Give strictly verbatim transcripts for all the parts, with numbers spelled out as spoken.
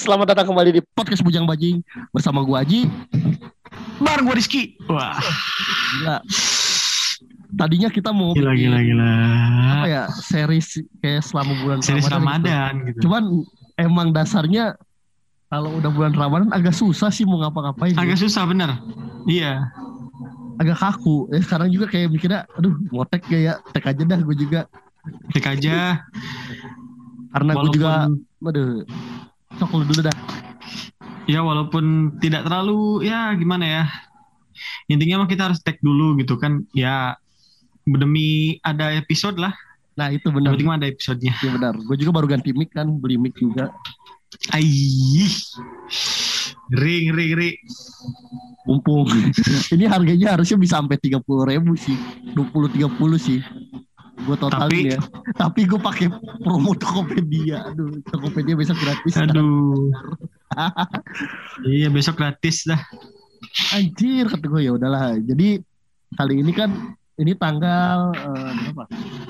selamat datang kembali di podcast Bujang Bajing bersama gua Aji, bareng gua Rizky. Wah, gila. Tadinya kita mau gila, bikin, gila, gila. apa ya, series kayak selama bulan series Ramadan, Ramadan gitu. gitu. Cuman emang dasarnya kalau udah bulan Ramadan agak susah sih mau ngapa-ngapain. Agak gitu. susah bener. Iya. Agak kaku. Eh, sekarang juga kayak mikirnya, aduh mau tag gak ya? Tag aja dah gue juga. Tik aja. Karena gue juga, aduh, sok lu dulu dah. Ya walaupun tidak terlalu, ya gimana ya. Intinya mah kita harus tag dulu gitu kan. Ya demi ada episode lah. Nah itu benar. Yang penting mah ada episodenya. Iya benar. Gue juga baru ganti mic kan, beli mic juga. Aih, ring, ring, ring. Mumpung. Ini harganya harusnya bisa sampai tiga puluh ribu sih, dua puluh tiga puluh sih. Gue totalin Tapi, ya. Tapi gue pakai promo Tokopedia. Aduh, Tokopedia besok gratis. Aduh. Iya besok gratis dah. Anjir kata gue, ya udahlah. Jadi kali ini kan ini tanggal uh, berapa?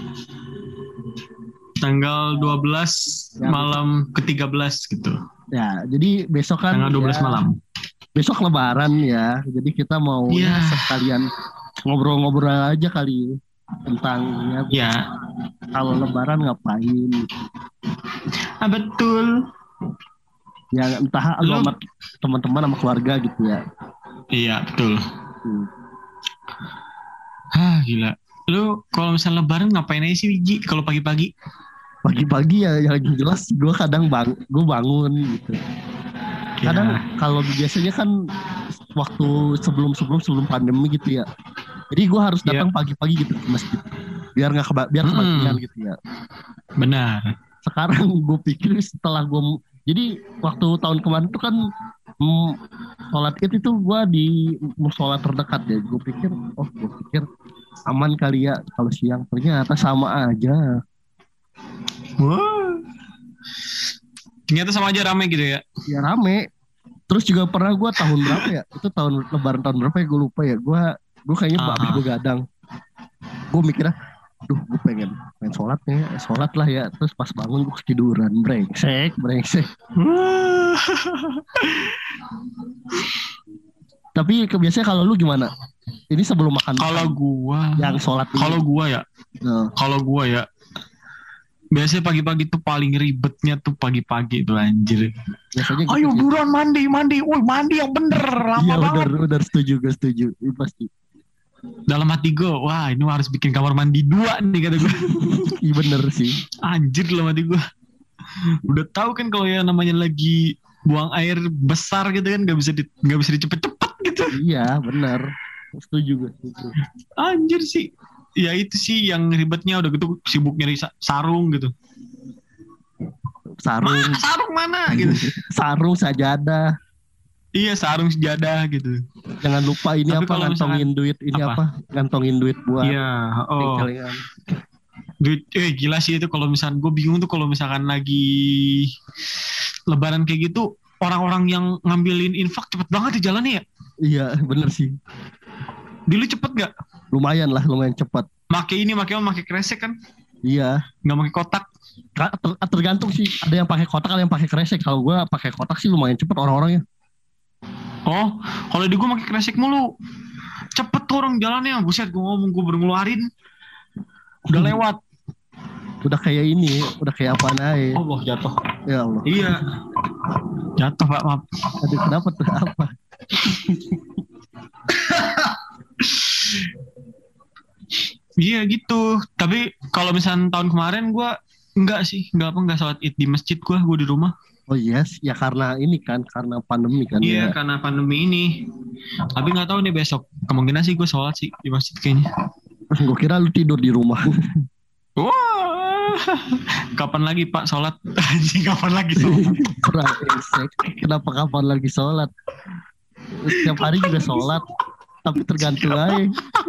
Tanggal dua belas ya, malam ke tiga belas gitu. Ya, jadi besok kan tanggal dua belas ya, malam. Besok lebaran ya. Jadi kita mau ya. ya, sekalian ngobrol-ngobrol aja kali tentang ya, ya. Kalau lebaran ngapain. Ah betul. Ya entah lu sama teman-teman sama keluarga gitu ya. Iya, betul. Hmm. Hah, gila. Lu kalau misalnya lebaran ngapain aja sih, Wiji? Kalau pagi-pagi? Pagi-pagi ya yang jelas gue kadang bang, gue bangun gitu. Kadang ya. Kalau biasanya kan waktu sebelum-sebelum sebelum pandemi gitu ya. Jadi gue harus datang ya. Pagi-pagi gitu ke masjid. Biar nggak keba- biar kebagian hmm. gitu ya. Benar. Sekarang gue pikir setelah gue, jadi waktu tahun kemarin tuh kan mm, sholat id itu gue di musola terdekat ya. Gue pikir, oh gue pikir aman kali ya kalau siang, ternyata sama aja. Wow. Ternyata sama aja rame gitu ya? Ya rame. Terus juga pernah gue tahun berapa ya? Itu tahun lebaran tahun berapa ya? Gue lupa ya. Gue gue kayaknya uh-huh. habis begadang. Gue mikirnya, duh gue pengen pengen sholat nih, sholat lah ya. Terus pas bangun gue ketiduran, brengsek, brengsek. Tapi kebiasaan kalau lu gimana? Ini sebelum makan. Kalau gua, yang sholat. Kalau gua ya, no. Kalau gua ya. Biasanya pagi-pagi tuh paling ribetnya tuh pagi-pagi tuh anjir. Biasanya gitu. Ayo buruan mandi, mandi. Woi, mandi yang bener. Lama iya, banget. Iya, bener, setuju, gue setuju. Ini pasti. Dalam hati gue, wah ini harus bikin kamar mandi dua nih kata gue. Iya bener sih. Anjir dalam hati gue. Udah tahu kan kalau yang namanya lagi buang air besar gitu kan, nggak bisa di, nggak bisa dicepet-cepet gitu. Iya, bener. Setuju gue. Setuju. Anjir sih. Ya itu sih yang ribetnya udah gitu sibuk nyari sarung gitu. Sarung. Mana, sarung mana gitu. Sarung sajadah. Iya sarung sejadah gitu. Jangan lupa ini tapi apa ngantongin duit ini apa? apa? Ngantongin duit buat. Iya. Oh. Duit, eh gila sih itu kalau misalkan gue bingung tuh kalau misalkan lagi lebaran kayak gitu orang-orang yang ngambilin infak cepet banget di jalannya ya. Iya bener sih. Dulu cepet gak? Lumayan lah, lumayan cepat. Make ini, make apa? Make kresek kan? Iya. Nggak pakai kotak? Ter- tergantung sih. Ada yang pakai kotak, ada yang pakai kresek. Kalau gue pakai kotak sih lumayan cepet orang-orangnya. Oh, kalau di gue pakai kresek mulu. Cepet tuh orang jalannya. Buset, gue ngomong gue baru ngeluarin. Udah lewat. Udah kayak ini, udah kayak apa naik. Allah jatuh. Ya Allah. Iya. Jatuh Pak, maaf. Aduh, kenapa tuh apa? Iya gitu. Tapi kalau misalnya tahun kemarin gue enggak sih, enggak apa enggak sholat id di masjid gue, gue di rumah. Oh yes, ya karena ini kan, karena pandemi kan. Iya, ya. Karena pandemi ini. Tapi nggak tahu nih besok. Kemungkinan sih gue sholat sih di masjid kayaknya. Gue kira lu tidur di rumah. Wah, kapan lagi Pak sholat? Kapan lagi sholat? Kenapa kapan lagi sholat? Setiap hari juga sholat, tapi tergantung aja.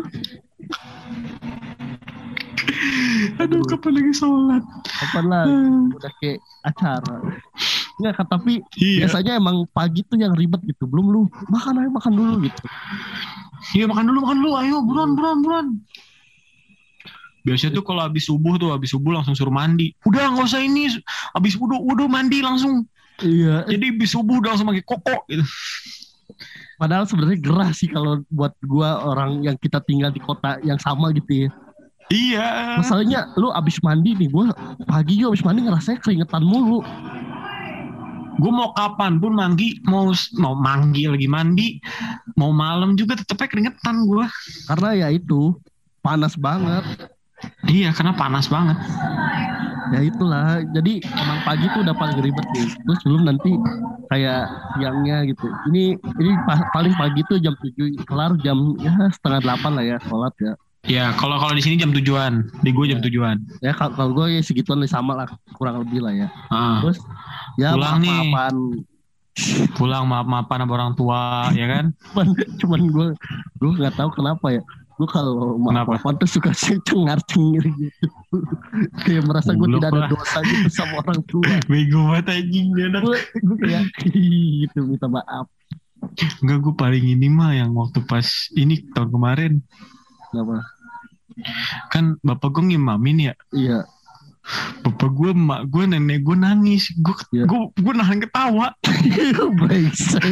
Aduh, kapan lagi sholat? Kapan lagi? Udah kayak acara. Enggak kan, tapi iya. Biasanya emang pagi tuh yang ribet gitu. Belum lu makan ayo makan dulu gitu. Iya makan dulu makan dulu, ayo buruan buruan buruan. Biasanya tuh kalau habis subuh tuh habis subuh langsung suruh mandi. Udah nggak usah ini, habis wudhu wudhu mandi langsung. Iya. Jadi bis subuh udah langsung pakai koko gitu. Padahal sebenarnya gerah sih kalau buat gua orang yang kita tinggal di kota yang sama gitu ya. Iya. Masalahnya lu abis mandi nih, gua pagi juga abis mandi ngerasanya keringetan mulu. Gue mau kapan pun mandi, mau mau mandi lagi mandi, mau malam juga tetepnya keringetan gue. Karena ya itu panas banget. Iya, karena panas banget. Ya itulah. Jadi emang pagi tuh udah paling ribet nih. Terus belum nanti kayak siangnya gitu. Ini ini pa- paling pagi tuh jam tujuh, kelar jam ya setengah delapan lah ya sholat ya. Ya, kalau kalau di sini jam tujuan, di gue jam tujuan. Ya kalau kalau gue ya segituan sama lah, kurang lebih lah ya. Ah. Terus ya Pulang nih. maaf-maafan. Pulang maaf-maafan sama orang tua, ya kan? Cuman cuman gue gue nggak tahu kenapa ya. Gue kalau maaf-maafan tuh suka cengar-cengir gitu. Kayak merasa gue Goblok tidak ada lah. dosa gitu sama orang tua. Bego banget anjing dia anak. Gue gue kayak gitu minta maaf. Enggak, gue paling ini mah yang waktu pas ini tahun kemarin. Kenapa? Kan bapak gue ngimamin ya. Iya. Bapak gue, emak gue, nenek gue nangis. Gue Iya. gue gue nahan ketawa. Brengsek.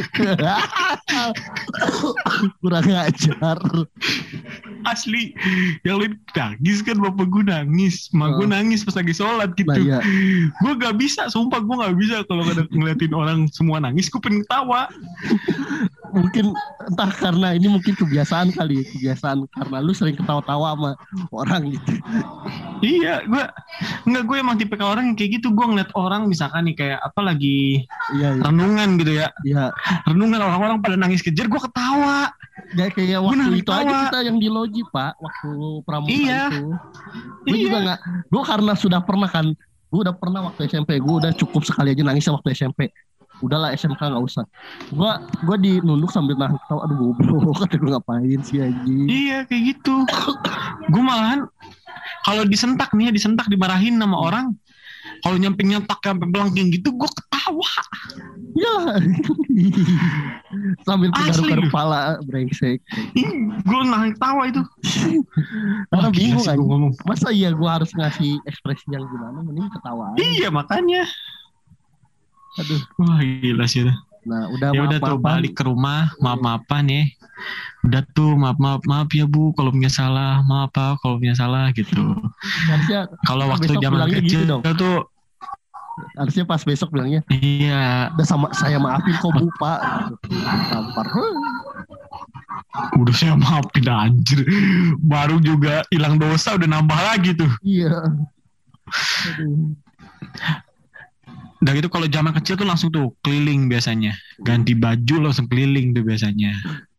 Kurang ajar. Asli. Yang lain nangis kan, bapak gue nangis, emak gue Oh. nangis pas lagi sholat gitu. Nah, iya. Gue gak bisa, sumpah gue gak bisa kalau kadang ngeliatin orang semua nangis, gue pengen ketawa. Mungkin entah karena ini mungkin kebiasaan kali, kebiasaan karena lu sering ketawa-tawa sama orang gitu. Iya, gue enggak, gue emang tipe orang yang kayak gitu. Gue ngeliat orang misalkan nih kayak apa lagi Iya, iya. renungan gitu ya, Iya. renungan orang-orang pada nangis kejer, gue ketawa. Ya kayak waktu Benar, itu aja ketawa. kita yang di loji Pak, waktu pramuka Iya. itu. Gue Iya. juga nggak, gue karena sudah pernah kan, gue udah pernah waktu S M P, gue udah cukup sekali aja nangis waktu S M P. Udahlah S M K nggak usah. Gue gue dinunduk sambil nahan ketawa, aduh goblok, kata gue ngapain sih anjing. Iya kayak gitu. Gue malahan kalau disentak nih, disentak dimarahin sama orang. Kalau nyampe nyentak sampai belangking gitu, gue ketawa. Iya. Sambil Asli. garuk-garuk kepala, brengsek. Gue nahan ketawa itu. Karena Wah, gila bingung sih kan. gua ngomong. Masa iya gue harus ngasih ekspresi yang gimana, mending ketawa aja. Iya makanya. Aduh. Wah gila sih udah. Nah udah Ya udah tuh maaf-maafan. balik ke rumah, maaf-maafan ya. Udah tuh maaf maaf maaf ya Bu kalau punya salah, maaf Pak kalau punya salah gitu. Harusnya Kalau waktu besok zaman bilangnya kecil gitu dong. tuh harusnya pas besok bilangnya iya udah sama saya maafin kok Bu Pak gitu. Tampar. udah saya maafin anjir. Baru juga hilang dosa udah nambah lagi tuh. Iya. Aduh. Udah gitu kalau zaman kecil tuh langsung tuh keliling biasanya. Ganti baju langsung keliling tuh biasanya.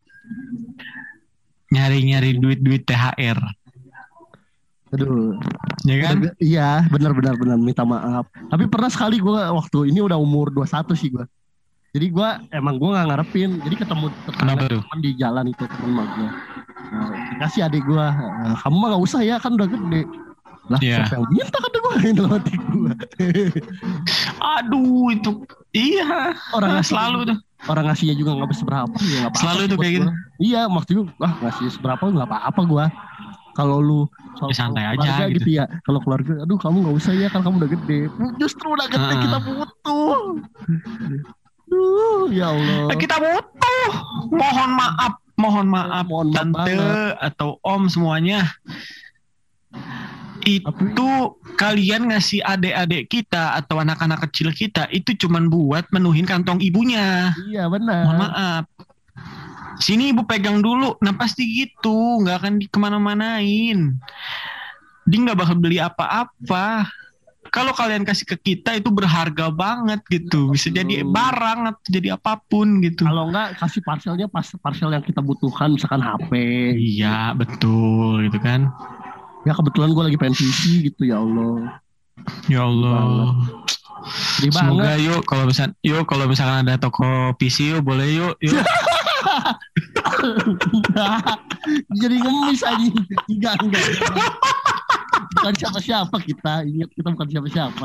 Nyari-nyari duit-duit T H R. Aduh. Ya kan? Bener- Iya benar-benar benar minta maaf. Tapi pernah sekali gue waktu ini udah umur dua puluh satu sih gue. Jadi gue emang gue nggak ngarepin. Jadi ketemu Kenapa tetangga tuh? teman di jalan itu teman mak gue. Nah, dikasih adik gue. Nah, kamu mah nggak usah ya kan udah gede. Lah Iya. siapa yang minta kata gue dalam hati gue. Aduh itu iya. Orang Nah, ngasih- selalu tuh. Orang ngasihnya juga nggak seberapa ya nggak apa-apa. Selalu sih tuh buat kayak gitu. gua. Iya maksudnya ah ngasih seberapa nggak apa-apa gue. Kalau lu soal Ya, santai kalau aja keluarga gitu. gitu ya. Kalau keluarga, aduh kamu nggak usah ya kan kamu udah gede. Justru udah gede Ah. kita butuh. Duh, ya Allah. Eh, kita butuh. Mohon maaf, mohon maaf Mohon maaf tante banget. atau om semuanya. Itu kalian ngasih adik-adik kita atau anak-anak kecil kita itu cuman buat menuhin kantong ibunya. Iya benar. Mohon maaf. Sini ibu pegang dulu. Nah pasti gitu, nggak akan di kemana-manain. Dia nggak bakal beli apa-apa. Kalau kalian kasih ke kita itu berharga banget gitu. Bisa jadi barang atau jadi apapun gitu. Kalau enggak kasih parcelnya pas parcel yang kita butuhkan misalkan H P. Iya betul gitu kan. Ya kebetulan gue lagi pengen P C gitu ya Allah. Ya Allah. Sedih Semoga banget. yuk kalau misal yuk kalau misalkan ada toko P C yuk boleh yuk yuk. Jadi ngemis aja. Enggak enggak. Bukan siapa-siapa kita. Ingat kita bukan siapa-siapa.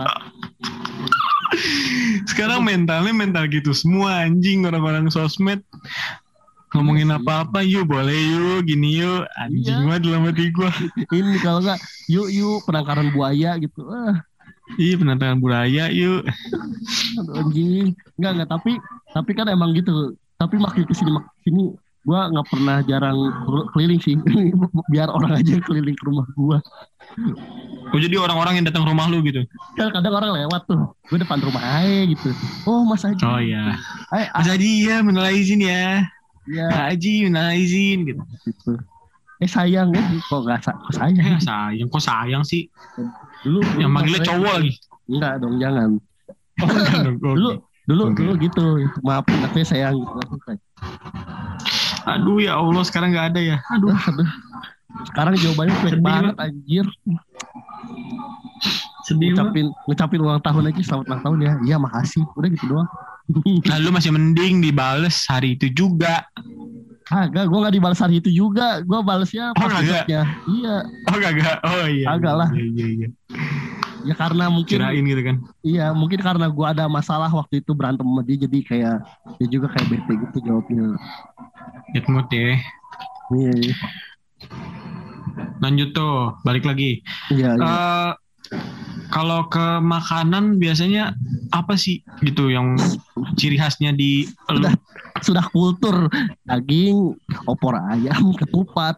Sekarang mentalnya mental gitu semua anjing orang-orang sosmed. Ngomongin apa-apa yuk boleh yuk gini yuk anjing Iya. banget dalam hati gue. Ini kalau enggak yuk yuk penangkaran buaya gitu. Ah, Iya penantangan budaya yuk. Aduh, anjing. Enggak enggak tapi tapi kan emang gitu. Tapi makin kesini makin kesini gua nggak pernah jarang keliling sih. Biar orang aja yang keliling ke rumah gua. Oh jadi orang-orang yang datang ke rumah lu gitu. Kan kadang orang lewat tuh, gue depan rumah aja gitu. Oh Mas Haji. Oh iya. Ay, Mas Haji ya minal izin ya. ya. Pak Haji minal izin gitu. Gitu. Eh sayang ya, kok nggak sa- kok sayang? Eh sayang kok sayang sih. Dulu Yang dulu manggilnya saya- cowok lagi. Enggak dong, jangan. Oh, enggak dong. Oke. Dulu dulu Oke. dulu gitu. Maafin aku ya sayang gitu. Aku kayak, Aduh ya Allah sekarang nggak ada ya. Aduh. aduh. Sekarang jawabannya cuek Sedih banget anjir. Sedih banget. Ngucapin ngucapin ulang tahun aja selamat ulang tahun ya. Iya makasih. Udah gitu doang. Nah lu masih mending dibales hari itu juga. Kagak, gue gak dibalas hari itu juga. Gue balesnya Oh, pas kagak? besoknya. Iya. Oh kagak. Oh iya. Kagak lah. Iya iya iya. Ya karena mungkin Kirain gitu kan. iya mungkin karena gue ada masalah waktu itu berantem sama dia jadi kayak dia juga kayak bete gitu jawabnya. Get mood ya. Iya iya. Lanjut tuh, balik lagi. Iya, iya. Eh kalau ke makanan biasanya apa sih gitu yang ciri khasnya di lu? Sudah sudah kultur daging, opor ayam, ketupat,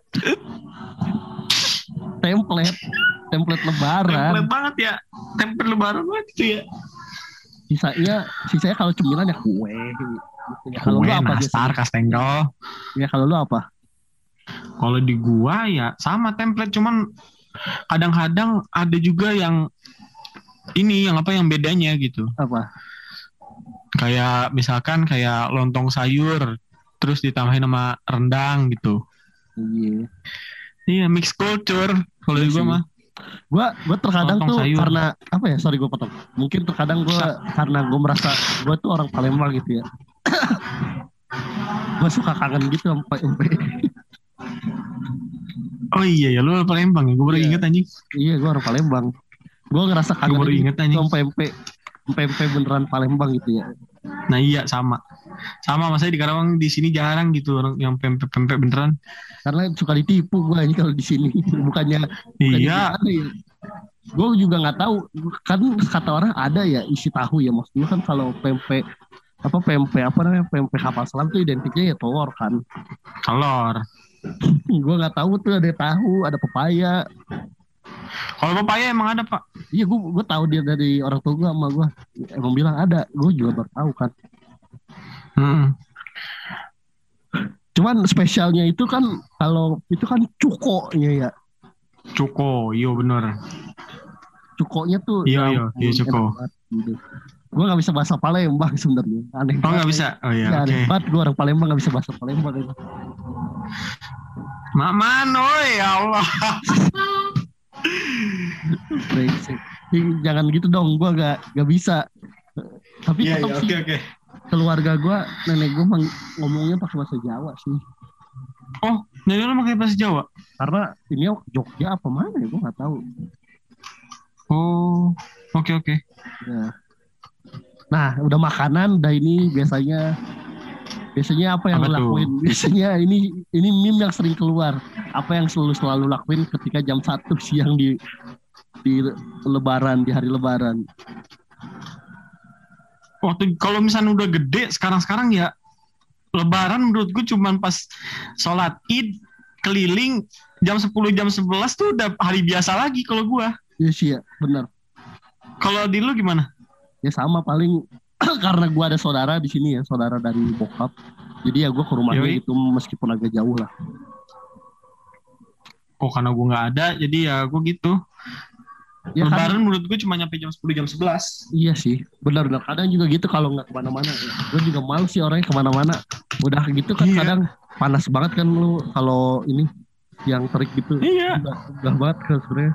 template, template lebaran. Template banget ya. Template lebaran banget itu ya. Sisanya sisanya kalau cemilan ya kue. Gitu. Ya, kalau Kue, lu apa nastar, biasanya? kastengel. Ya kalau lu apa? Kalau di gua ya sama template cuman kadang-kadang ada juga yang ini yang apa yang bedanya gitu. Apa? Kayak misalkan kayak lontong sayur terus ditambahin sama rendang gitu. Iya. Iya mix culture kalau di Iya gua sih. mah. Gua gua terkadang Lontong tuh sayur. karena apa ya? Sorry gue potong. Mungkin terkadang gua karena gue merasa gua tuh orang Palembang gitu ya. Gua suka kangen gitu sama pempek. Oh iya ya lu orang Palembang ya. Gua baru Iya. inget anjing. Iya, gue orang Palembang. Gue ngerasa Gua kangen baru aja inget anjing. sama pempek. Pempek beneran Palembang gitu ya. Nah iya sama. Sama masanya di Karawang di sini jarang gitu orang yang pempek-pempek beneran. Karena suka ditipu gue ini kalau di sini. Bukannya Iya. Gue juga nggak tahu. Kan kata orang ada ya isi tahu ya. Maksudnya kan kalau pempek apa pempek apa namanya pempek kapal selam tuh identiknya ya telur kan. Telur. Gue nggak tahu tuh ada tahu, ada pepaya. Kalau pepaya emang ada pak. Iya gue gue tahu dia dari orang tua gue sama gue emang bilang ada. Gue juga baru tahu kan. Hmm. Cuman spesialnya itu kan kalau itu kan cukonya ya. Cuko, iya bener. Cukonya tuh Iya, ya iya, ampun, iya, cuko. enak banget gitu. Gue nggak bisa bahasa Palembang sebenarnya. Aneh. Oh nggak bisa. Oh iya. Ya, Oke. aneh banget gue orang Palembang nggak bisa bahasa Palembang. Mak Manoy ya Allah. Brengsek. Ih, jangan gitu dong, gue gak, gak bisa. Tapi Iya tetap iya sih oke oke. keluarga gue, nenek gue ngomongnya pakai bahasa Jawa sih. Oh nenek lu pakai bahasa Jawa. Karena ini Jogja apa mana ya, gue gak tahu. Oh oke oke. Ya. Nah, udah makanan, udah ini biasanya biasanya apa yang Apa lo tuh? lakuin? Biasanya ini ini meme yang sering keluar. Apa yang selalu selalu lakuin ketika jam satu siang di di Lebaran, di hari Lebaran? Waktu kalau misalnya udah gede sekarang-sekarang ya Lebaran menurut gue cuman pas sholat Id keliling jam sepuluh jam sebelas tuh udah hari biasa lagi kalau gue. Iya sih ya, benar. Kalau di lu gimana? Ya sama paling karena gue ada saudara di sini ya, saudara dari bokap. Jadi ya gue ke rumahnya Yoi. gitu meskipun agak jauh lah. Oh karena gue nggak ada jadi ya gue gitu. Ya Lebaran kadang, menurut gue cuma nyampe jam sepuluh jam sebelas. iya sih, benar-benar kadang juga gitu kalau nggak kemana-mana. Ya. Gue juga malu sih orangnya kemana-mana. Udah gitu kan Iya. kadang panas banget kan lu kalau ini yang terik gitu. Iya. Udah, udah banget kan sebenarnya.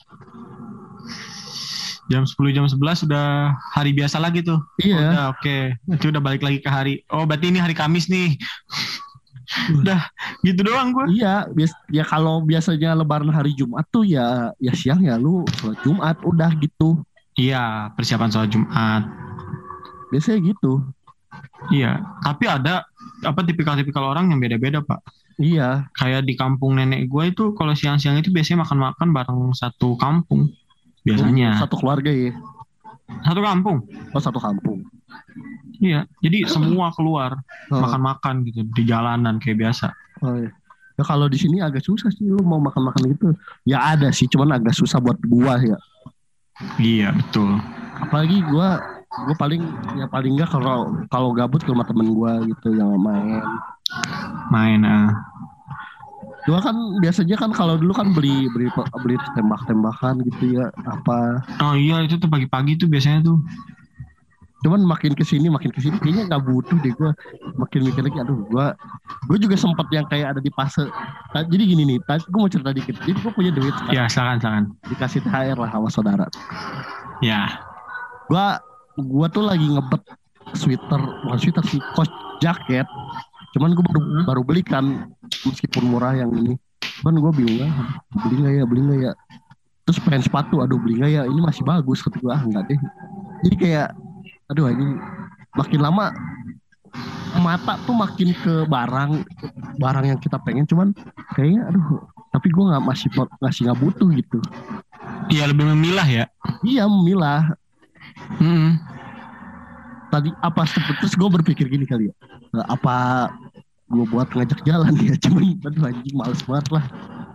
Jam sepuluh jam sebelas udah hari biasa lagi tuh. Iya. Udah oke. Itu udah balik lagi ke hari. Oh berarti ini hari Kamis nih. Udah gitu doang gue. Iya, bias, ya kalau biasanya Lebaran hari Jumat tuh ya ya siang ya lu sholat Jumat udah gitu. Iya persiapan sholat Jumat. Biasanya gitu. Iya. Tapi ada apa tipikal-tipikal orang yang beda-beda pak. Iya, Kayak di kampung nenek gue itu kalau siang-siang itu biasanya makan-makan bareng satu kampung. biasanya. Satu keluarga ya. Satu kampung. Oh satu kampung. Iya, jadi semua keluar Oh. makan-makan gitu di jalanan kayak biasa. Oh iya. Ya kalau di sini agak susah sih lu mau makan-makan gitu. Ya ada sih, cuman agak susah buat gua ya. Iya betul. Apalagi gua gua paling ya paling enggak kalau kalau gabut ke rumah temen gua gitu yang main. Main ah. Gua kan biasanya kan kalau dulu kan beli beli beli tembak-tembakan gitu ya apa. Oh iya itu tuh pagi-pagi tuh biasanya tuh. Cuman makin kesini makin kesini kayaknya nggak butuh deh gue, makin mikir lagi aduh gue gue juga sempat yang kayak ada di fase. Nah, jadi gini nih tadi gue mau cerita dikit, jadi gue punya duit sekarang, Ya silakan silakan. dikasih T H R lah sama saudara. Ya. Gue gue tuh lagi ngebet sweater, bukan sweater sih, coat jaket. Cuman gue baru Hmm. baru beli kan, meskipun murah yang ini. Cuman gue bingung lah, beli nggak ya, beli nggak ya. Terus pengen sepatu, aduh beli nggak ya, ini masih bagus. Kata gue ah enggak deh. Jadi kayak aduh ini makin lama mata tuh makin ke barang barang yang kita pengen, cuman kayaknya aduh tapi gue nggak masih masih nggak butuh gitu. Iya lebih memilah ya. Iya memilah. Hmm. Tadi apa terus gue berpikir gini kali ya, apa gue buat ngajak jalan ya, cuman aduh anjing males banget lah.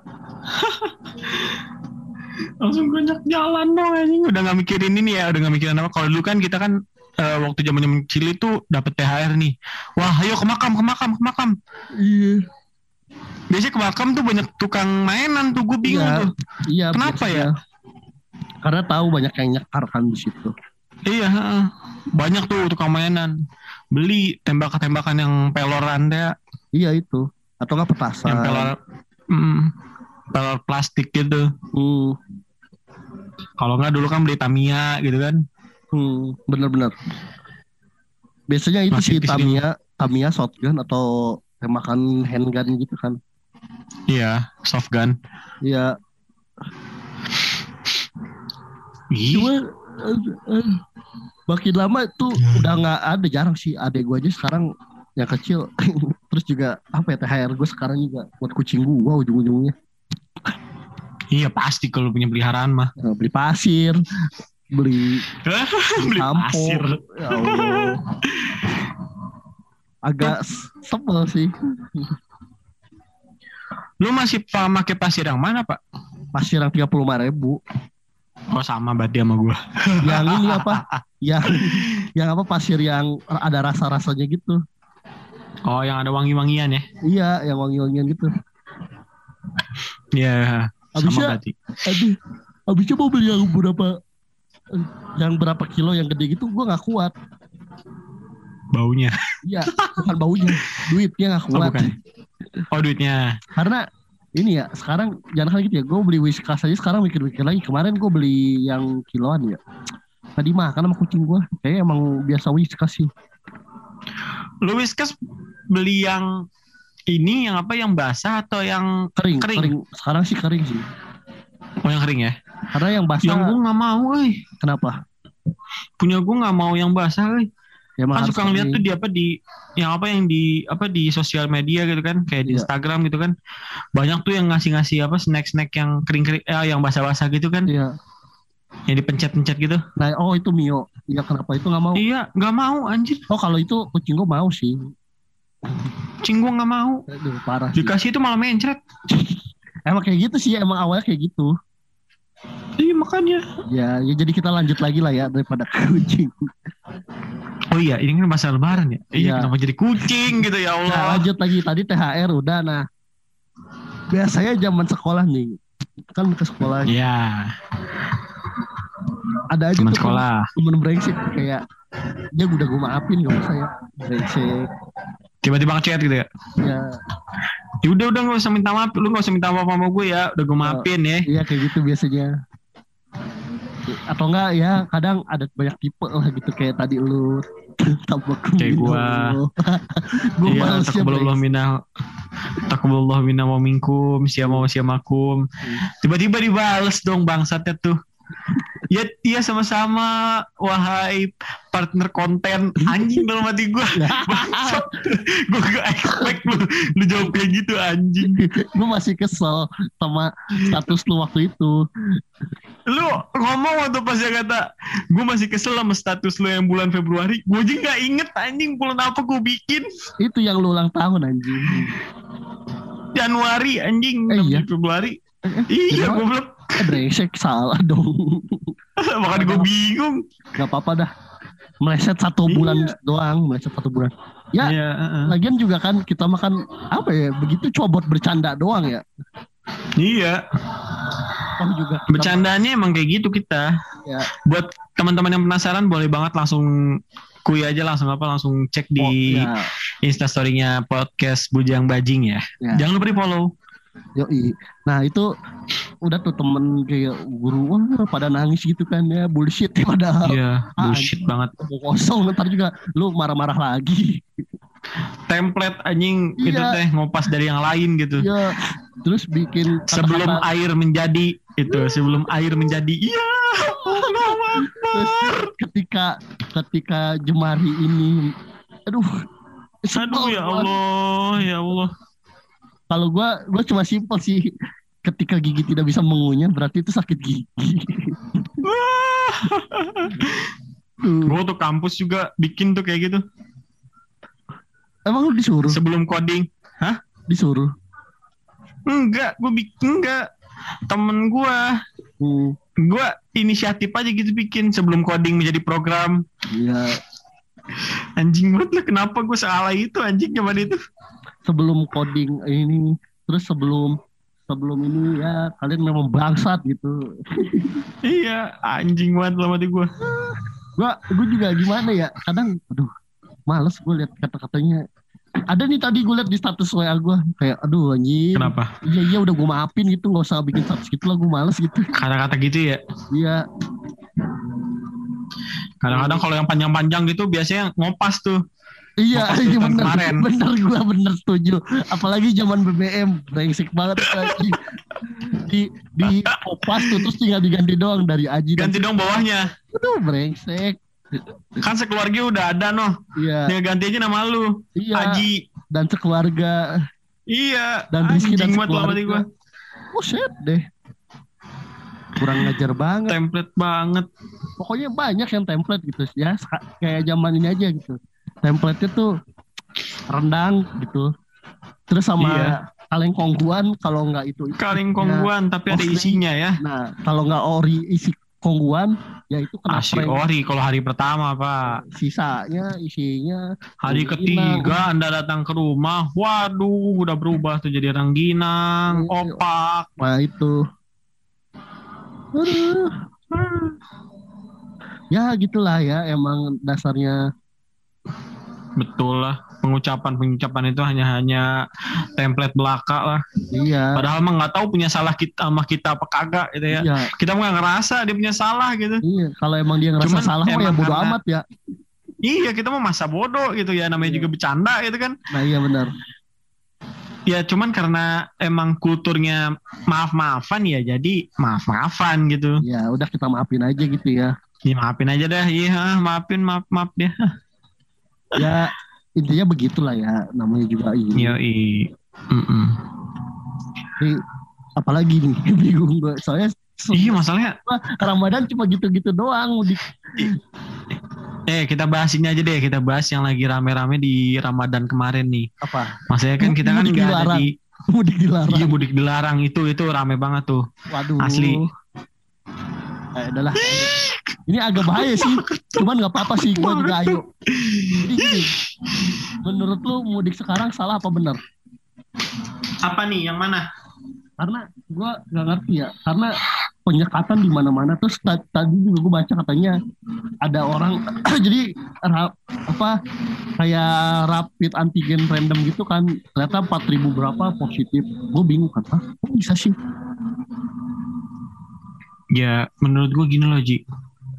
Langsung ngajak jalan dong anjing. Udah nggak mikirin ini ya, udah nggak mikirin apa. Kalau dulu kan kita kan uh, waktu zaman-zaman kecil itu dapat T H R nih. Wah, ayo ke makam, ke makam, ke makam. Iya. Biasanya ke makam tuh banyak tukang mainan tuh, gue bingung Iya, tuh. iya. Kenapa biasanya. ya? Karena tahu banyak yang nyekar kan di situ. Iya, heeh. Banyak tuh tukang mainan. Beli tembak-tembakan yang peloran deh. Iya itu. Atau nggak petasan. Yang pelor, mm, pelor plastik gitu. Hmm, Kalau nggak dulu kan beli Tamiya gitu kan. hmm, bener-bener. Biasanya itu Masih sih kesini. Tamiya, Tamiya shotgun atau tembakan handgun gitu kan. Iya, soft gun. Iya. Ih, Cuma eh, eh, makin lama tuh udah nggak ada, jarang sih. Adek gue aja sekarang yang kecil. Terus juga apa ya T H R gue sekarang juga buat kucing gue ujung-ujungnya. iya pasti kalau punya peliharaan mah. Nah, beli pasir, beli Beli sampo. pasir. Ya Allah. Agak sebel sih. Lu masih pakai pasir yang mana, Pak? Pasir yang tiga puluh lima ribu. Oh, sama berarti sama gua. Yang ini apa? Yang yang apa pasir yang ada rasa-rasanya gitu. Oh, yang ada wangi-wangian ya? Iya, yang wangi-wangian gitu. Iya, sama Abisnya, berarti. aduh, abisnya mau beli yang berapa, yang berapa kilo yang gede gitu, gue nggak kuat. Baunya. Iya, bukan baunya, duitnya nggak Oh, kuat. bukan. Oh, duitnya. Karena ini ya, sekarang jangan kan gitu ya, gue beli Whiskas aja sekarang mikir-mikir lagi. Kemarin gue beli yang kiloan ya. Tadi makan sama kucing gue, kayaknya emang biasa Whiskas sih. Lu Whiskas beli yang ini yang apa, yang basah atau yang Kering, Kering. kering. Sekarang sih kering sih. oh yang kering ya? Karena yang basah, Yang gua nggak mau, eh. kenapa? Punya gua nggak mau yang basah, eh. Ya, emang Kan harus suka ngeliat kering. tuh di apa di yang apa yang di apa di sosial media gitu kan, kayak di Iya. Instagram gitu kan. Banyak tuh yang ngasih-ngasih apa snack-snack yang kering-kering, eh, yang basah-basah gitu kan, Iya. yang dipencet-pencet gitu. Nah, oh itu Mio. Iya, kenapa itu nggak mau? Iya, nggak mau anjir. Oh, kalau itu kucing gue mau sih. Cing gua nggak mau. Aduh, parah sih. Dikasih itu malah mencret. Emang kayak gitu sih, emang awalnya kayak gitu. Iya makanya. Ya, ya jadi kita lanjut lagi lah ya daripada kucing. Oh iya, ini kan masa lebaran ya. Iya, Iya. kenapa jadi kucing gitu ya Nah, Allah. lanjut lagi tadi T H R udah. Nah, biasanya zaman sekolah nih, kan ke sekolah Iya, ada aja teman tuh sekolah. temen brengsek kayak dia udah gue maafin gak usah ya brengsek. Tiba-tiba ngechat gitu ya. Ya, Ya udah udah nggak usah minta maaf, lu nggak usah minta maaf sama gue ya, udah gue maafin ya. iya kayak gitu biasanya. Atau enggak ya kadang ada banyak tipe lah gitu kayak tadi lu tabak Kayak gua. Gue Iya, males ya takabbalallahu brengsek. minna takabbalallahu minna wa minkum, siapa wa siamakum. Tiba-tiba dibales dong bangsatnya tuh. Ya, iya sama-sama wahai partner konten, anjing dalam hati gue. Bangsat. Gue gak expect lu lu jawab kayak gitu anjing. Gue masih kesel sama status lu waktu itu. Lu ngomong waktu pas dia kata gue masih kesel sama status lu yang bulan Februari. Gue aja gak inget anjing bulan apa gue bikin. Itu yang lu ulang tahun anjing. Januari anjing. Eh, iya. Februari. Eh, Iya iya, gue belum. eh, brengsek salah dong. Makanya gue bingung. Gak apa-apa dah. Meleset satu bulan Iya. doang, meleset satu bulan. Ya, Iya, uh-uh. lagian juga kan kita makan apa ya? Begitu coba buat bercanda doang ya. Iya. Oh juga. Bercandanya emang kayak gitu kita. Ya. Buat teman-teman yang penasaran boleh banget langsung kui aja langsung apa langsung cek di Oh, ya. Instastory-nya podcast Bujang Bajing ya. Ya. Jangan lupa di follow. Yoi. Nah itu udah tuh temen kayak guru wah, pada nangis gitu kan ya bullshit ya padahal. Iya, bullshit Ah, banget. Kosong ntar juga lu marah-marah lagi. Template anjing Iya. itu teh ngopas dari yang lain gitu. Ya terus bikin Sebelum kata-kata- air menjadi itu, sebelum air menjadi iya. Allahu terus Akbar. ketika ketika jemari ini aduh Aduh ya Allah, ya Allah. kalau gua gua cuma simpel sih ketika gigi tidak bisa mengunyah berarti itu sakit gigi. Tuh. Gue tuh kampus juga bikin tuh kayak gitu. Emang lu disuruh? Sebelum coding. Hah? Disuruh. Enggak, gue bikin enggak. Temen gue, Hmm. gue inisiatif aja gitu bikin sebelum coding menjadi program. Iya. Anjing banget lah, kenapa gue salah itu anjing zaman itu. Sebelum coding ini, terus sebelum sebelum ini ya kalian memang bangsat gitu. Iya, anjing banget lah mati gue. Gua gua juga gimana ya? Kadang aduh, males gue lihat kata-katanya. Ada nih tadi gue lihat di status W A gue kayak aduh anjing. Kenapa? Iya iya udah gue maafin gitu, nggak usah bikin status gitu lah, gue males gitu. Kata-kata gitu ya. Iya. Kadang-kadang kalau yang panjang-panjang gitu biasanya ngopas tuh. Iya, Ngopas iya tuh tahun bener, kemarin. bener gue bener setuju. Apalagi zaman B B M, brengsek banget lagi. Di di kopas tuh terus tinggal diganti doang dari Aji. dan- Ganti dong bawahnya. Aduh brengsek. Kan sekeluarga udah ada noh. Iya, Tinggal ganti aja nama lu. iya. Aji. Dan sekeluarga. Iya. Dan Rizky dan anjing banget lah mati sekeluarga. gue. Buset deh. Kurang ngajar banget. Template banget. Pokoknya banyak yang template gitu ya. Seka- Kayak zaman ini aja gitu. Template-nya tuh rendang gitu. Terus sama Iya. kaleng kongguan kalau nggak itu. itu. Kaleng kongguan tapi ada Offering. isinya ya. Nah, kalau nggak ori isi kongguan, ya itu kena Asik prank. ori kalau hari pertama Pak. Sisanya isinya Hari rengginang. ketiga Anda datang ke rumah, waduh udah berubah tuh jadi rengginang, Iya. opak. Nah itu. Aduh. Ya gitulah ya, emang dasarnya. Betul lah, pengucapan-pengucapan itu hanya hanya template belaka lah. Iya. Padahal mah nggak tahu punya salah kita sama kita apa kagak gitu ya. Iya. Kita mah nggak ngerasa dia punya salah gitu. Iya. Kalau emang dia ngerasa Cuman salah, mah ya emang bodo karena- amat ya. Iya kita mah masa bodoh gitu ya, namanya Iya. juga bercanda gitu kan. Nah iya benar. Ya cuman karena emang kulturnya maaf-maafan ya jadi maaf-maafan gitu. Ya udah kita maafin aja gitu ya. Ya maafin aja dah, iya maafin maaf maaf dia. Ya intinya begitulah ya, namanya juga ini. Yoi. Mm-mm. Ini apalagi nih bingung gue. Soalnya Iya masalahnya. Ramadan cuma gitu-gitu doang. Di... Eh kita bahas ini aja deh, kita bahas yang lagi rame-rame di Ramadan kemarin nih. Apa? Maksudnya kan kita kan Mudik nggak ada dilarang. di Mudik dilarang. iya mudik dilarang itu itu rame banget tuh. Waduh. Asli. Eh, adalah. Ini agak bahaya sih. Cuman nggak apa-apa sih, gue juga ayo. Jadi gini, menurut lu mudik sekarang salah apa benar? Apa nih yang mana? Karena gue nggak ngerti ya. Karena penyekatan di mana-mana. Terus ta- tadi juga gue baca katanya ada orang jadi ra- apa kayak rapid antigen random gitu kan, ternyata empat ribu berapa positif. Gue bingung kan, ah, kok bisa sih? Ya menurut gue gini loh Ji.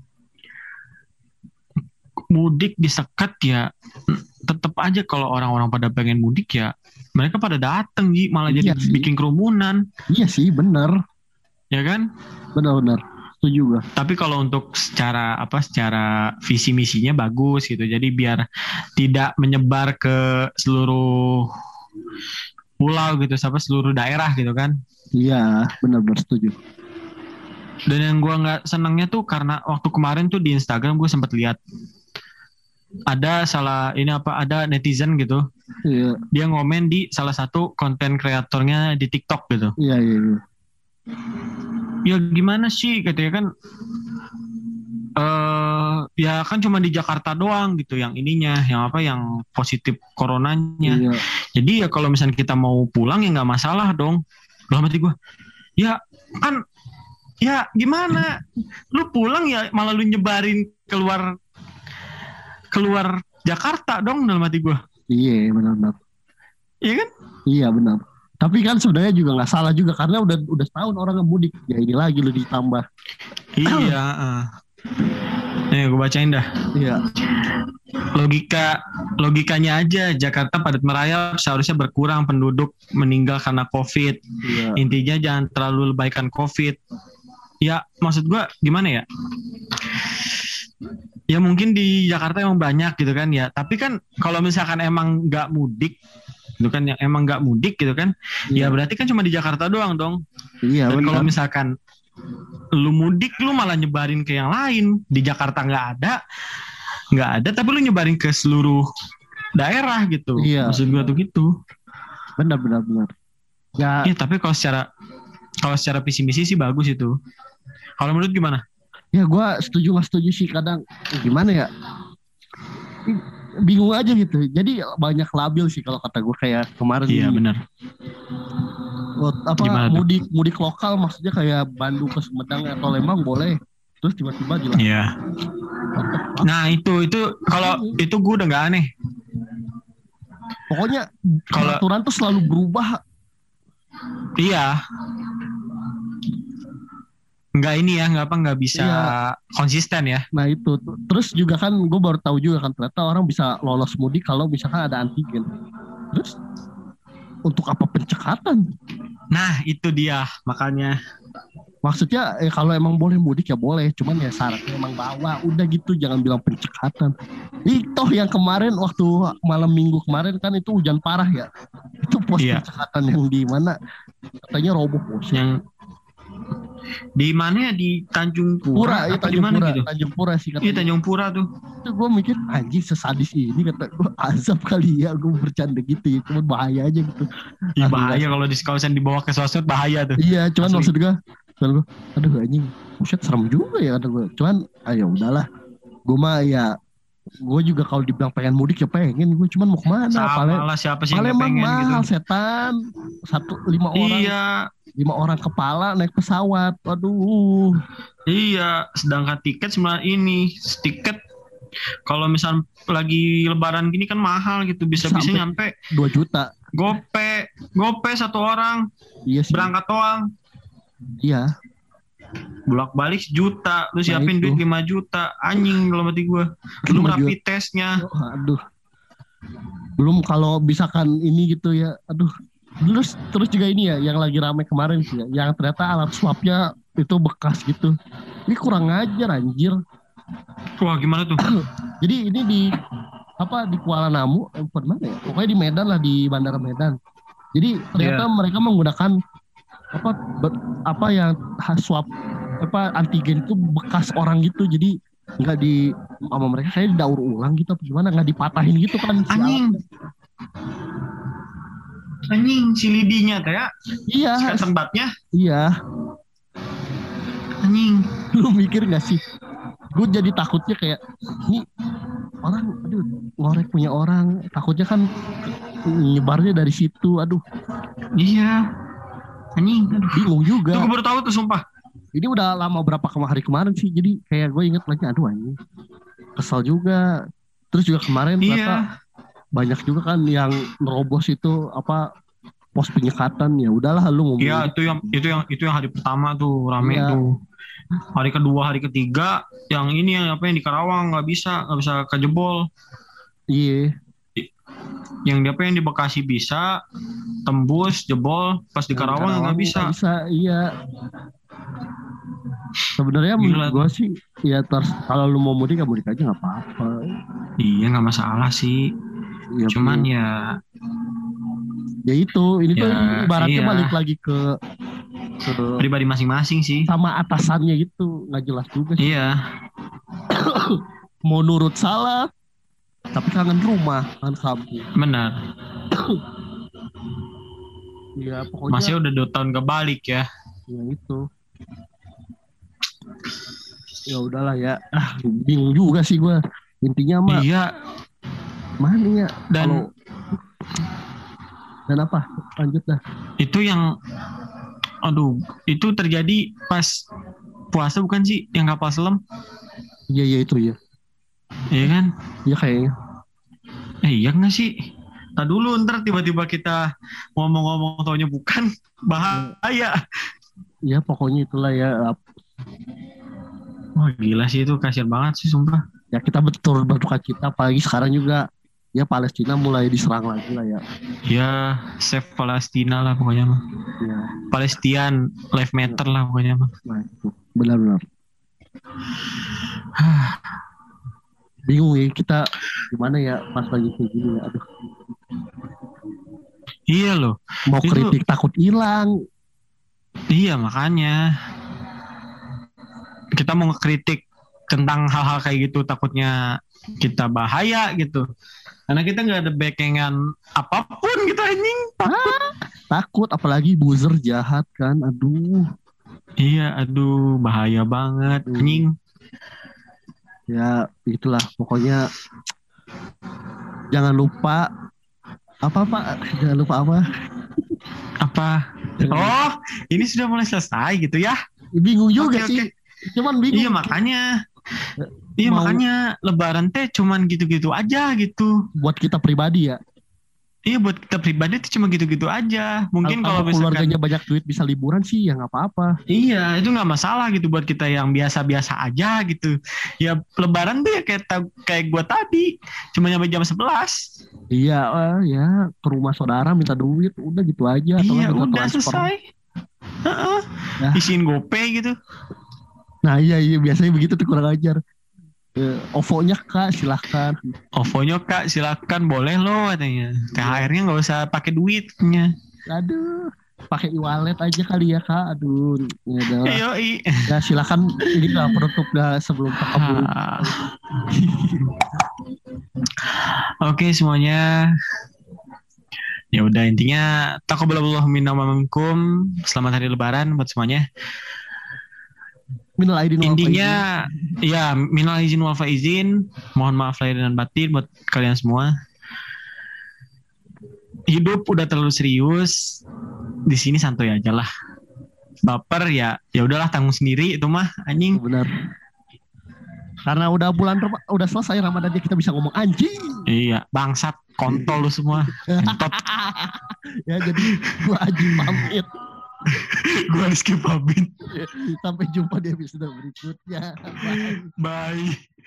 Mudik disekat ya tetap aja kalau orang-orang pada pengen mudik ya mereka pada dateng Ji, malah Iya jadi sih. bikin kerumunan. Iya sih, bener, Ya kan? bener-bener setuju gue. Tapi kalau untuk secara apa secara visi misinya bagus gitu. Jadi biar tidak menyebar ke seluruh pulau gitu, sampai seluruh daerah gitu kan. Iya, bener-bener setuju. Dan yang gue nggak senangnya tuh karena waktu kemarin tuh di Instagram gue sempat lihat ada salah ini apa ada netizen gitu, Iya. dia ngomen di salah satu konten kreatornya di TikTok gitu. Iya iya. iya. Ya gimana sih katanya kan, uh, ya kan cuma di Jakarta doang gitu yang ininya, yang apa yang positif coronanya. Iya. Jadi ya kalau misalnya kita mau pulang ya nggak masalah dong. Dalam hati gue, ya kan. Ya gimana, lu pulang ya malah lu nyebarin keluar keluar Jakarta dong dalam hati gue. Iya benar-benar. Iya kan? Iya benar. Tapi kan sebenarnya juga nggak salah juga karena udah udah setahun orang mudik. Ya ini lagi lu ditambah. Iya. uh. Nih gue bacain dah. Iya. Logika logikanya aja Jakarta padat merayap seharusnya berkurang penduduk meninggal karena COVID. Iya. Intinya jangan terlalu lebaikan COVID. Ya maksud gue gimana ya? Ya mungkin di Jakarta emang banyak gitu kan ya. Tapi kan kalau misalkan emang nggak mudik, gitu kan, yang emang nggak mudik gitu kan, iya. Ya berarti kan cuma di Jakarta doang dong. Iya. Dan benar. kalau misalkan lu mudik, lu malah nyebarin ke yang lain. Di Jakarta nggak ada, nggak ada, tapi lu nyebarin ke seluruh daerah gitu. Iya. Maksud gue tuh gitu. Benar benar benar. Ya. Ya tapi kalau secara kalau secara visi misi sih bagus itu. Kalau menurut gimana? Ya gue setuju nggak setuju sih kadang gimana ya, bingung aja gitu. Jadi banyak labil sih kalau kata gue kayak kemarin. Iya benar. Apa gimana mudik tuh? Mudik lokal maksudnya kayak Bandung ke Sumedang atau Lembang boleh, terus tiba-tiba jelas. Iya. Nah itu itu kalau itu gue udah nggak aneh. Pokoknya kalau aturan tuh selalu berubah. Iya. Nggak ini ya, nggak apa nggak bisa iya. Konsisten ya. Nah itu, terus juga kan gue baru tahu juga kan ternyata orang bisa lolos mudik kalau misalkan ada antigen. Terus untuk apa pencekatan? Nah itu dia makanya. Maksudnya eh, kalau emang boleh mudik ya boleh, cuman ya syaratnya emang bawa, udah gitu jangan bilang pencekatan. Itu yang kemarin waktu malam minggu kemarin kan itu hujan parah ya. Itu pos iya. Pencekatan yang di mana katanya roboh pos. Yang di mana ya, di Tanjung Pura, Pura, apa di mana gitu? Tanjung Pura sih katanya. Iya Tanjung Pura tuh. Itu gue mikir anjing sesadis ini, kata gue azab kali ya, gue bercanda gitu ya, cuman bahaya aja gitu. Iya bahaya kalau di kawasan dibawa ke sosmed bahaya tuh. Iya cuman asli. Maksud gue, cuman gue, aduh anjing, buset serem juga ya kata gue. Cuman ayo udahlah, gue mah ya, gue juga kalau dibilang pengen mudik ya pengen, gue cuman mau kemana? Sama lah siapa sih yang pengen mahal gitu. Setan, satu lima orang. Iya. Lima orang kepala naik pesawat, waduh. Iya, sedangkan tiket sebenarnya ini tiket kalau misal lagi lebaran gini kan mahal gitu, bisa-bisa nyampe dua juta. Gope, gope satu orang. Iya sih. Berangkat doang. Iya. Bolak-balik sejuta, lu siapin nah, duit lima juta, anjing kalau mati gue. Belum rapid testnya. Oh, aduh. Belum kalau misalkan ini gitu ya, aduh. Terus terus juga ini ya yang lagi ramai kemarin sih ya, yang ternyata alat swabnya itu bekas gitu. Ini kurang ajar anjir. Wah gimana tuh? Jadi ini di apa di Kuala Namu, eh, mana ya? Pokoknya di Medan lah, di Bandara Medan. Jadi ternyata yeah. mereka menggunakan apa ber, apa yang swab apa antigen itu bekas orang gitu. Jadi nggak di sama mereka kayak didaur ulang gitu, apa gimana, nggak dipatahin gitu kan? Anjing. Anjing si lidinya teh ya? Iya. Tembatnya? Iya. Anjing. Lu mikir gak sih? Gue jadi takutnya kayak ini orang, aduh ngorek punya orang, takutnya kan nyebarnya dari situ, aduh. Iya. Anjing. Aduh. Bingung juga. Tuh gue baru tahu tuh sumpah. Ini udah lama berapa hari kemarin sih, jadi kayak gue inget lagi, aduh anjing. Kesel juga. Terus juga kemarin iya. ternyata banyak juga kan yang nerobos itu apa pos penyekatan, ya udahlah lu ngomong. Iya itu yang itu yang itu yang hari pertama tuh rame iya. Tuh hari kedua hari ketiga yang ini yang apa yang di Karawang nggak bisa nggak bisa kejebol. Iya. Yang di apa yang di Bekasi bisa tembus jebol, pas di Karawang nggak bisa. Bisa iya. Sebenarnya menurut gue sih ya terus kalau lu mau mudik ya mudik aja nggak apa-apa. Iya nggak masalah sih. Ya, cuman bu. ya ya itu ini ya, tuh ibaratnya iya. balik lagi ke ke Pribadi masing-masing sih. sama atasannya gitu, nggak jelas juga sih. Iya. Mau nurut salah, tapi kangen rumah, kangen kampung. Benar. Ya pokoknya. Masih udah dua tahun kebalik ya. Ya itu. Ya udahlah ya. Ah, bingung juga sih gue. Intinya mah. Iya. Mana ya? Dan Kalau... dan apa? Lanjut dah. Itu yang, aduh, itu terjadi pas puasa bukan sih? Yang kapal selam? Iya iya itu ya. Iya kan? Iya kayaknya. Eh iya nggak sih? Nah dulu ntar tiba-tiba kita ngomong-ngomong taunya bukan, bahaya. Ya pokoknya itulah ya. Wah gila sih itu, kasihan banget sih sumpah. Ya kita betul berduka cita, apalagi sekarang juga ya Palestina mulai diserang lagi lah ya. Ya save Palestina lah pokoknya mah. Ya. Palestian life matter lah pokoknya mah. Nah itu benar-benar. Bingung ya kita gimana ya pas lagi kayak gini ya. Aduh. Iya loh. Mau itu... kritik takut hilang. Iya makanya. Kita mau ngekritik tentang hal-hal kayak gitu takutnya kita bahaya gitu. Karena kita nggak ada backingan apapun gitu anjing. Takut. Ah, takut apalagi buzzer jahat kan. Aduh. Iya aduh bahaya banget anjing. Ya itulah pokoknya jangan lupa apa Pak? Jangan lupa apa? Apa? Oh, ini sudah mulai selesai gitu ya? Bingung juga okay, sih. Okay. Cuman bingung. Iya makanya. Iya Mau... makanya Lebaran teh cuman gitu-gitu aja gitu. Buat kita pribadi ya. Iya buat kita pribadi tuh cuma gitu-gitu aja. Mungkin kalau misalkan keluarganya banyak duit bisa liburan sih ya nggak apa-apa. Iya itu nggak masalah gitu buat kita yang biasa-biasa aja gitu. Ya Lebaran tuh ya kayak kayak gue tadi cuma nyampe jam sebelas. Iya uh, ya ke rumah saudara minta duit udah gitu aja. Iya udah selesai. Uh-uh. Ya. Isiin GoPay gitu. Nah iya iya biasanya begitu tuh kurang ajar. Uh, O V O-nya kak silahkan. O V O-nya kak silahkan boleh loh katanya. T H R-nya nggak usah pakai duitnya. Aduh, pakai e-wallet aja kali ya kak. Aduh, ya udah. Ya silahkan ini lah penutup dah sebelum kabur. Oke semuanya. Ya udah intinya taqabbalallahu minna wa minkum. Selamat hari Lebaran buat semuanya. Minal aidin wal Intinya ya minal izin wal faizin, mohon maaf lahir dan batin buat kalian semua. Hidup udah terlalu serius, di sini santuy aja lah. Baper ya, ya udahlah tanggung sendiri itu mah anjing. Benar. Karena udah bulan udah selesai Ramadan kita bisa ngomong anjing. Iya, bangsat kontol lu semua. Ya jadi gua anjing pamit. Gue Rizky pamit. Sampai jumpa di episode berikutnya. Bye. Bye.